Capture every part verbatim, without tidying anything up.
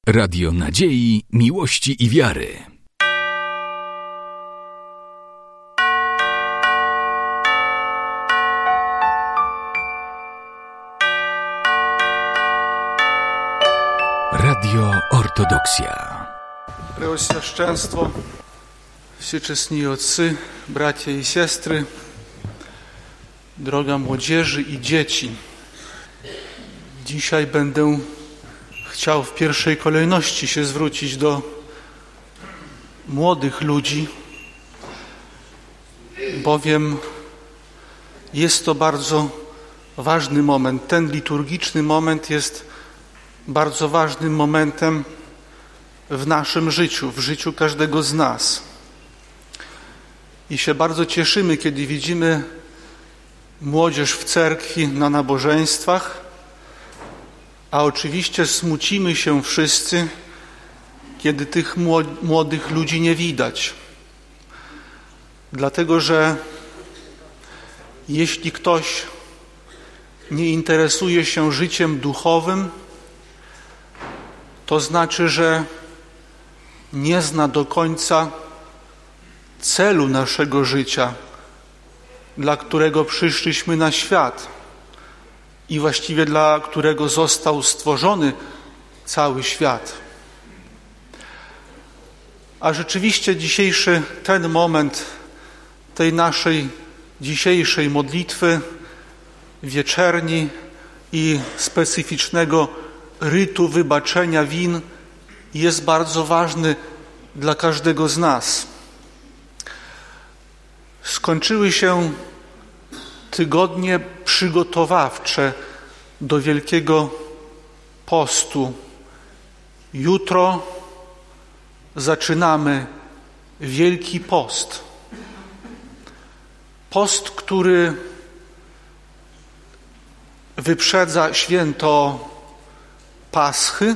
Radio Nadziei, Miłości i Wiary. Radio Ortodoksja. Преосвященство, всечестні отcy, bracia i siostry, droga młodzieży i dzieci. Dzisiaj będę chciał w pierwszej kolejności się zwrócić do młodych ludzi, bowiem jest to bardzo ważny moment. Ten liturgiczny moment jest bardzo ważnym momentem w naszym życiu, w życiu każdego z nas. I się bardzo cieszymy, kiedy widzimy młodzież w cerkwi na nabożeństwach, a oczywiście smucimy się wszyscy, kiedy tych młodych ludzi nie widać. Dlatego, że jeśli ktoś nie interesuje się życiem duchowym, to znaczy, że nie zna do końca celu naszego życia, dla którego przyszliśmy na świat i właściwie dla którego został stworzony cały świat. A rzeczywiście dzisiejszy ten moment tej naszej dzisiejszej modlitwy wieczerni i specyficznego rytu wybaczenia win jest bardzo ważny dla każdego z nas. Skończyły się tygodnie przygotowawcze do Wielkiego Postu. Jutro zaczynamy Wielki Post. Post, który wyprzedza święto Paschy,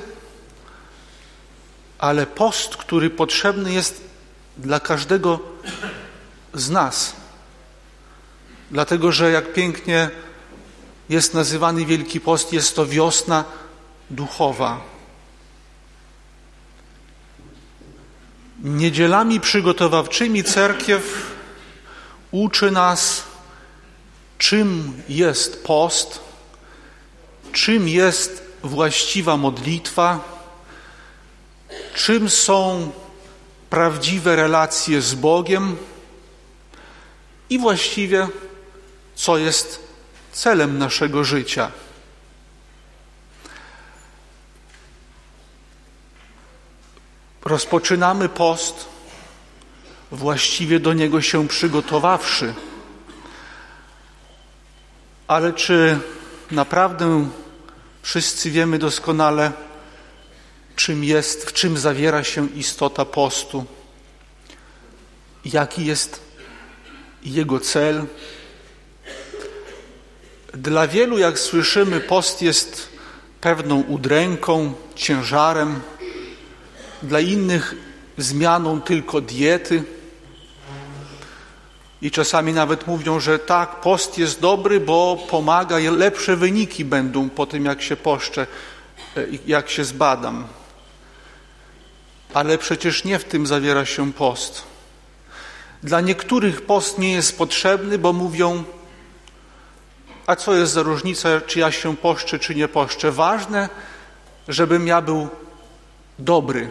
ale post, który potrzebny jest dla każdego z nas. Dlatego, że jak pięknie jest nazywany Wielki Post, jest to wiosna duchowa. Niedzielami przygotowawczymi cerkiew uczy nas, czym jest post, czym jest właściwa modlitwa, czym są prawdziwe relacje z Bogiem i właściwie co jest celem naszego życia. Rozpoczynamy post właściwie do niego się przygotowawszy. Ale czy naprawdę wszyscy wiemy doskonale, czym jest, w czym zawiera się istota postu? Jaki jest jego cel? Dla wielu, jak słyszymy, post jest pewną udręką, ciężarem. Dla innych zmianą tylko diety. I czasami nawet mówią, że tak, post jest dobry, bo pomaga, lepsze wyniki będą po tym, jak się poszczę, jak się zbadam. Ale przecież nie w tym zawiera się post. Dla niektórych post nie jest potrzebny, bo mówią, a co jest za różnica, czy ja się poszczę, czy nie poszczę. Ważne, żebym ja był dobry.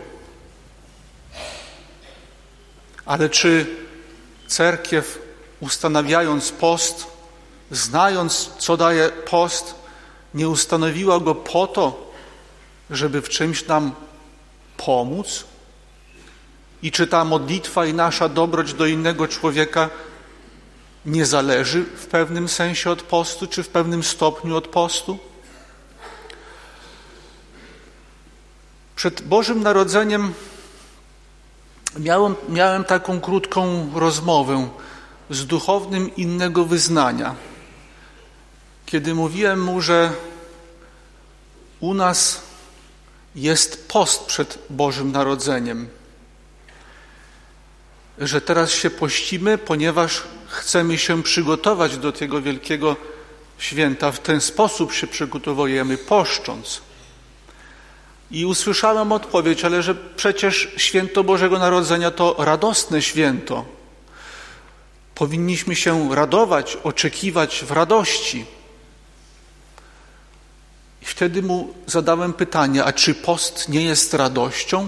Ale czy cerkiew, ustanawiając post, znając, co daje post, nie ustanowiła go po to, żeby w czymś nam pomóc? I czy ta modlitwa i nasza dobroć do innego człowieka nie zależy w pewnym sensie od postu, czy w pewnym stopniu od postu? Przed Bożym Narodzeniem miałem, miałem taką krótką rozmowę z duchownym innego wyznania, kiedy mówiłem mu, że u nas jest post przed Bożym Narodzeniem, że teraz się pościmy, ponieważ chcemy się przygotować do tego wielkiego święta. W ten sposób się przygotowujemy, poszcząc. I usłyszałem odpowiedź, ale że przecież święto Bożego Narodzenia to radosne święto. Powinniśmy się radować, oczekiwać w radości. I wtedy mu zadałem pytanie, a czy post nie jest radością?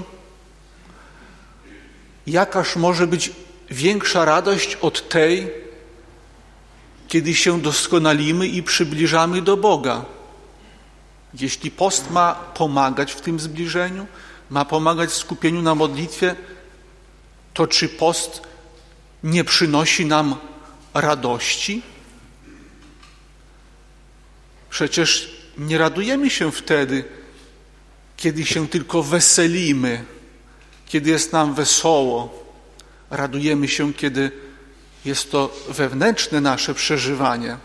Jakaż może być większa radość od tej, kiedy się doskonalimy i przybliżamy do Boga? Jeśli post ma pomagać w tym zbliżeniu, ma pomagać w skupieniu na modlitwie, to czy post nie przynosi nam radości? Przecież nie radujemy się wtedy, kiedy się tylko weselimy, kiedy jest nam wesoło. Radujemy się, kiedy jest to wewnętrzne nasze przeżywanie.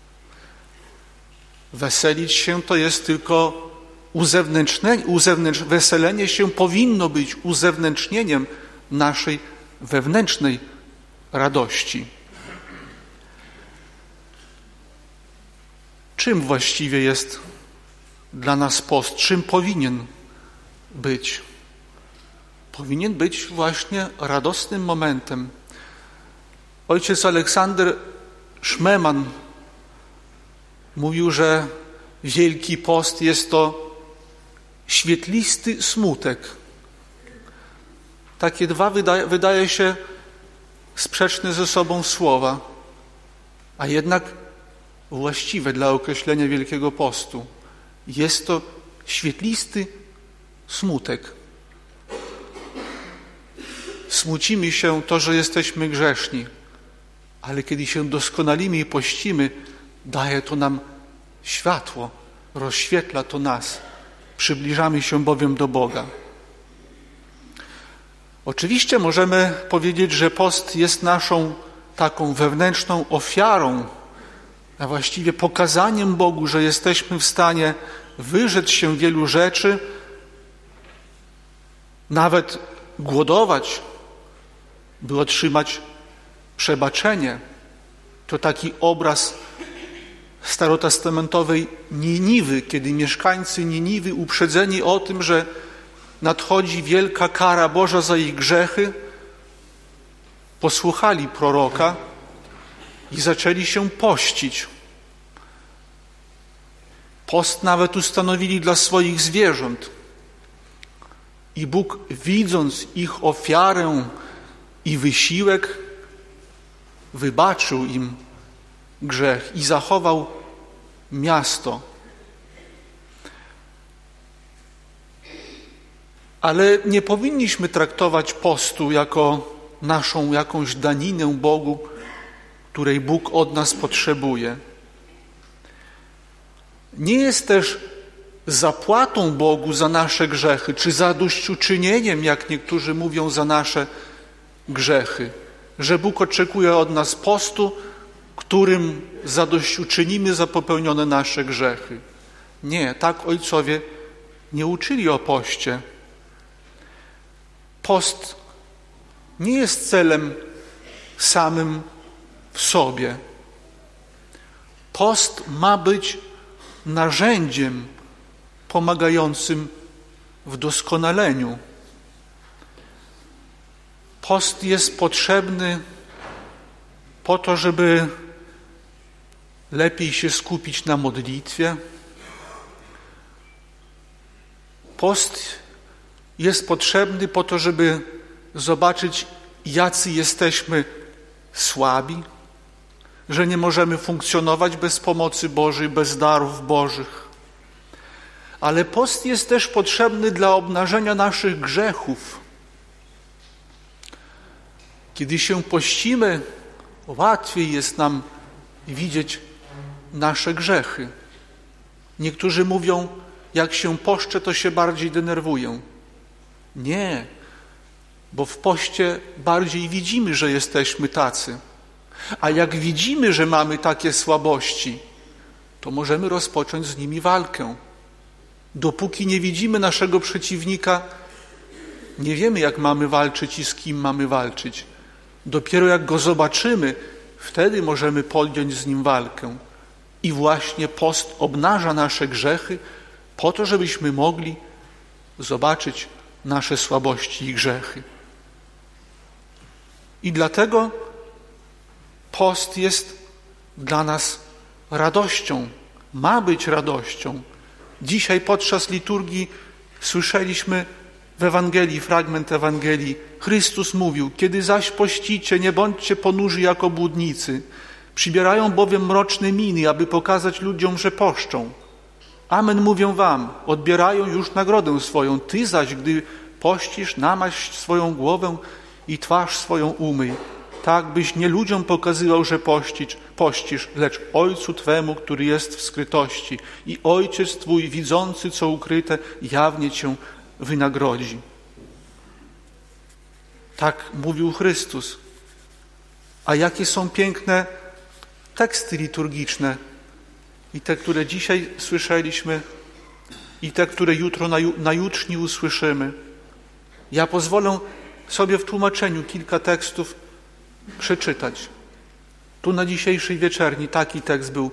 Weselić się to jest tylko uzewnętrznienie, uzewnętrz... weselenie się powinno być uzewnętrznieniem naszej wewnętrznej radości. Czym właściwie jest dla nas post? Czym powinien być? Powinien być właśnie radosnym momentem. Ojciec Aleksander Szmeman mówił, że Wielki Post jest to świetlisty smutek. Takie dwa wydaje, wydaje się sprzeczne ze sobą słowa, a jednak właściwe dla określenia Wielkiego Postu. Jest to świetlisty smutek. Smucimy się to, że jesteśmy grzeszni, ale kiedy się doskonalimy i pościmy, daje to nam światło, rozświetla to nas. Przybliżamy się bowiem do Boga. Oczywiście możemy powiedzieć, że post jest naszą taką wewnętrzną ofiarą, a właściwie pokazaniem Bogu, że jesteśmy w stanie wyrzec się wielu rzeczy, nawet głodować, by otrzymać przebaczenie. To taki obraz starotestamentowej Niniwy, kiedy mieszkańcy Niniwy, uprzedzeni o tym, że nadchodzi wielka kara Boża za ich grzechy, posłuchali proroka i zaczęli się pościć. Post nawet ustanowili dla swoich zwierząt. I Bóg, widząc ich ofiarę i wysiłek, wybaczył im grzech i zachował miasto. Ale nie powinniśmy traktować postu jako naszą jakąś daninę Bogu, której Bóg od nas potrzebuje. Nie jest też zapłatą Bogu za nasze grzechy, czy zadośćuczynieniem, jak niektórzy mówią, za nasze grzechy, że Bóg oczekuje od nas postu, którym zadośćuczynimy za popełnione nasze grzechy. Nie, tak ojcowie nie uczyli o poście. Post nie jest celem samym w sobie. Post ma być narzędziem pomagającym w doskonaleniu. Post jest potrzebny po to, żeby lepiej się skupić na modlitwie. Post jest potrzebny po to, żeby zobaczyć, jacy jesteśmy słabi, że nie możemy funkcjonować bez pomocy Bożej, bez darów Bożych. Ale post jest też potrzebny dla obnażenia naszych grzechów. Kiedy się pościmy, łatwiej jest nam widzieć nasze grzechy. Niektórzy mówią, jak się poszczę, to się bardziej denerwuję. Nie, bo w poście bardziej widzimy, że jesteśmy tacy. A jak widzimy, że mamy takie słabości, to możemy rozpocząć z nimi walkę. Dopóki nie widzimy naszego przeciwnika, nie wiemy, jak mamy walczyć i z kim mamy walczyć. Dopiero jak go zobaczymy, wtedy możemy podjąć z nim walkę. I właśnie post obnaża nasze grzechy po to, żebyśmy mogli zobaczyć nasze słabości i grzechy. I dlatego post jest dla nas radością, ma być radością. Dzisiaj podczas liturgii słyszeliśmy w Ewangelii, fragment Ewangelii, Chrystus mówił: kiedy zaś pościcie, nie bądźcie ponurzy jak obłudnicy, przybierają bowiem mroczne miny, aby pokazać ludziom, że poszczą. Amen mówię wam, odbierają już nagrodę swoją. Ty zaś, gdy pościsz, namaść swoją głowę i twarz swoją umyj, tak byś nie ludziom pokazywał, że pościsz, pościsz, lecz Ojcu Twemu, który jest w skrytości, i Ojciec Twój, widzący co ukryte, jawnie Cię wynagrodzi. Tak mówił Chrystus. A jakie są piękne teksty liturgiczne, i te, które dzisiaj słyszeliśmy, i te, które jutro na, na jutrzni usłyszymy. Ja pozwolę sobie w tłumaczeniu kilka tekstów przeczytać. Tu na dzisiejszej wieczerni taki tekst był: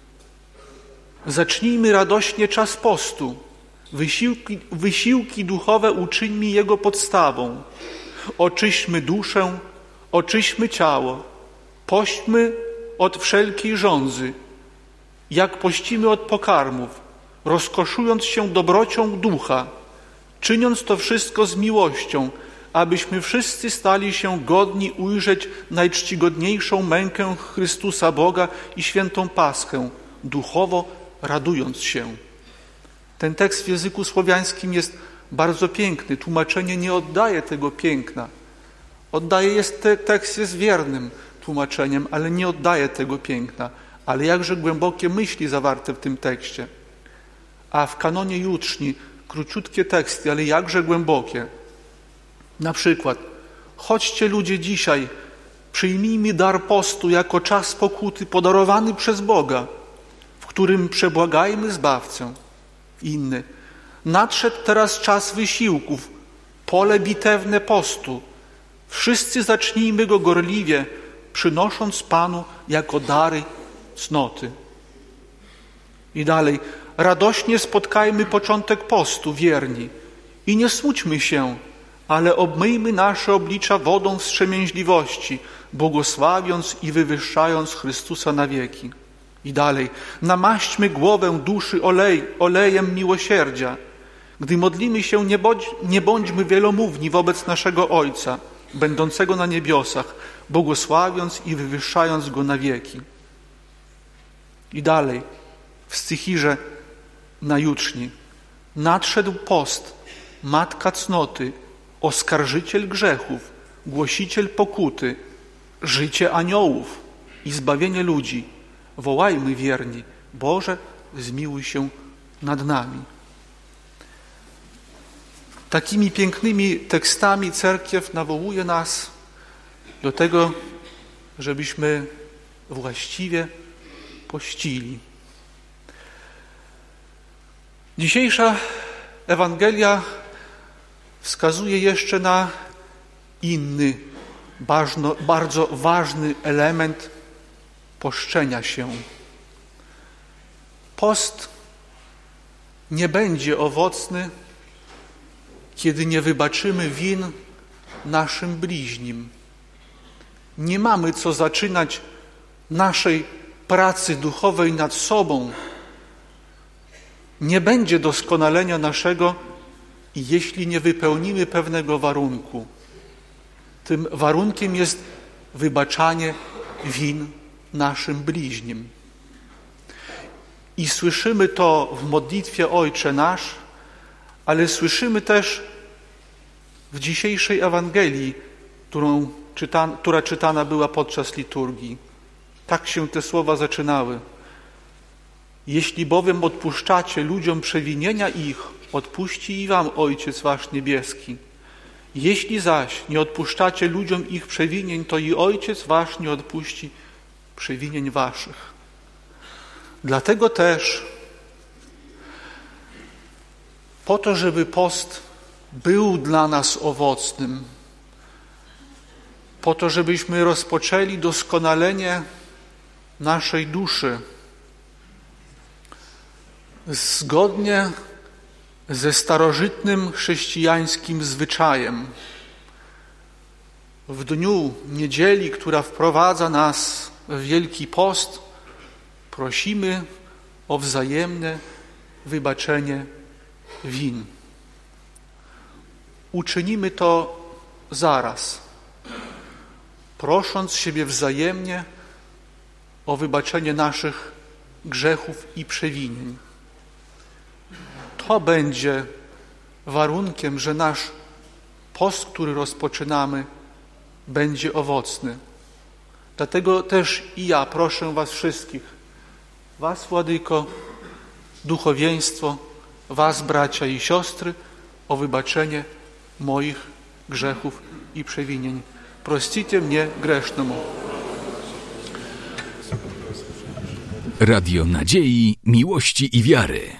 zacznijmy radośnie czas postu, wysiłki, wysiłki duchowe uczyńmy jego podstawą, oczyśćmy duszę, oczyśćmy ciało, pośćmy od wszelkiej żądzy, jak pościmy od pokarmów, rozkoszując się dobrocią ducha, czyniąc to wszystko z miłością, abyśmy wszyscy stali się godni ujrzeć najczcigodniejszą mękę Chrystusa Boga i świętą Paschę, duchowo radując się. Ten tekst w języku słowiańskim jest bardzo piękny. Tłumaczenie nie oddaje tego piękna. Oddaje, jest, te, tekst jest wiernym tłumaczeniem, ale nie oddaje tego piękna. Ale jakże głębokie myśli zawarte w tym tekście. A w kanonie jutrzni króciutkie teksty, ale jakże głębokie. Na przykład: chodźcie ludzie dzisiaj, przyjmijmy dar postu jako czas pokuty podarowany przez Boga, w którym przebłagajmy Zbawcę. Inny: nadszedł teraz czas wysiłków, pole bitewne postu. Wszyscy zacznijmy go gorliwie, przynosząc Panu jako dary cnoty. I dalej: radośnie spotkajmy początek postu, wierni, i nie smućmy się, ale obmyjmy nasze oblicza wodą wstrzemięźliwości, błogosławiąc i wywyższając Chrystusa na wieki. I dalej: namaśćmy głowę duszy olej, olejem miłosierdzia. Gdy modlimy się, nie, bądź, nie bądźmy wielomówni wobec naszego Ojca, będącego na niebiosach, błogosławiąc i wywyższając Go na wieki. I dalej, w Stychirze na jutrzni: nadszedł post, matka cnoty, oskarżyciel grzechów, głosiciel pokuty, życie aniołów i zbawienie ludzi. Wołajmy wierni: Boże, zmiłuj się nad nami. Takimi pięknymi tekstami cerkiew nawołuje nas do tego, żebyśmy właściwie pościli. Dzisiejsza Ewangelia wskazuje jeszcze na inny, bardzo, bardzo ważny element poszczenia się. Post nie będzie owocny, kiedy nie wybaczymy win naszym bliźnim. Nie mamy co zaczynać naszej pracy duchowej nad sobą. Nie będzie doskonalenia naszego, jeśli nie wypełnimy pewnego warunku. Tym warunkiem jest wybaczanie win naszym bliźnim. I słyszymy to w modlitwie Ojcze Nasz, ale słyszymy też w dzisiejszej Ewangelii, którą czyta, która czytana była podczas liturgii. Tak się te słowa zaczynały. Jeśli bowiem odpuszczacie ludziom przewinienia ich, odpuści i wam Ojciec wasz niebieski. Jeśli zaś nie odpuszczacie ludziom ich przewinień, to i Ojciec wasz nie odpuści przewinień waszych. Dlatego też po to, żeby post był dla nas owocnym, po to, żebyśmy rozpoczęli doskonalenie naszej duszy, zgodnie ze starożytnym chrześcijańskim zwyczajem. W dniu niedzieli, która wprowadza nas w Wielki Post, prosimy o wzajemne wybaczenie win. Uczynimy to zaraz, prosząc siebie wzajemnie o wybaczenie naszych grzechów i przewinień. To będzie warunkiem, że nasz post, który rozpoczynamy, będzie owocny. Dlatego też i ja proszę was wszystkich, was, Władyko, duchowieństwo, was, bracia i siostry, o wybaczenie moich grzechów i przewinień. Простите mnie grzesznemu. Radio Nadziei, Miłości i Wiary.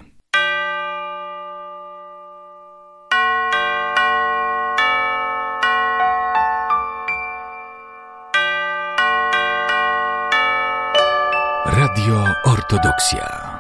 Radio Ortodoksja.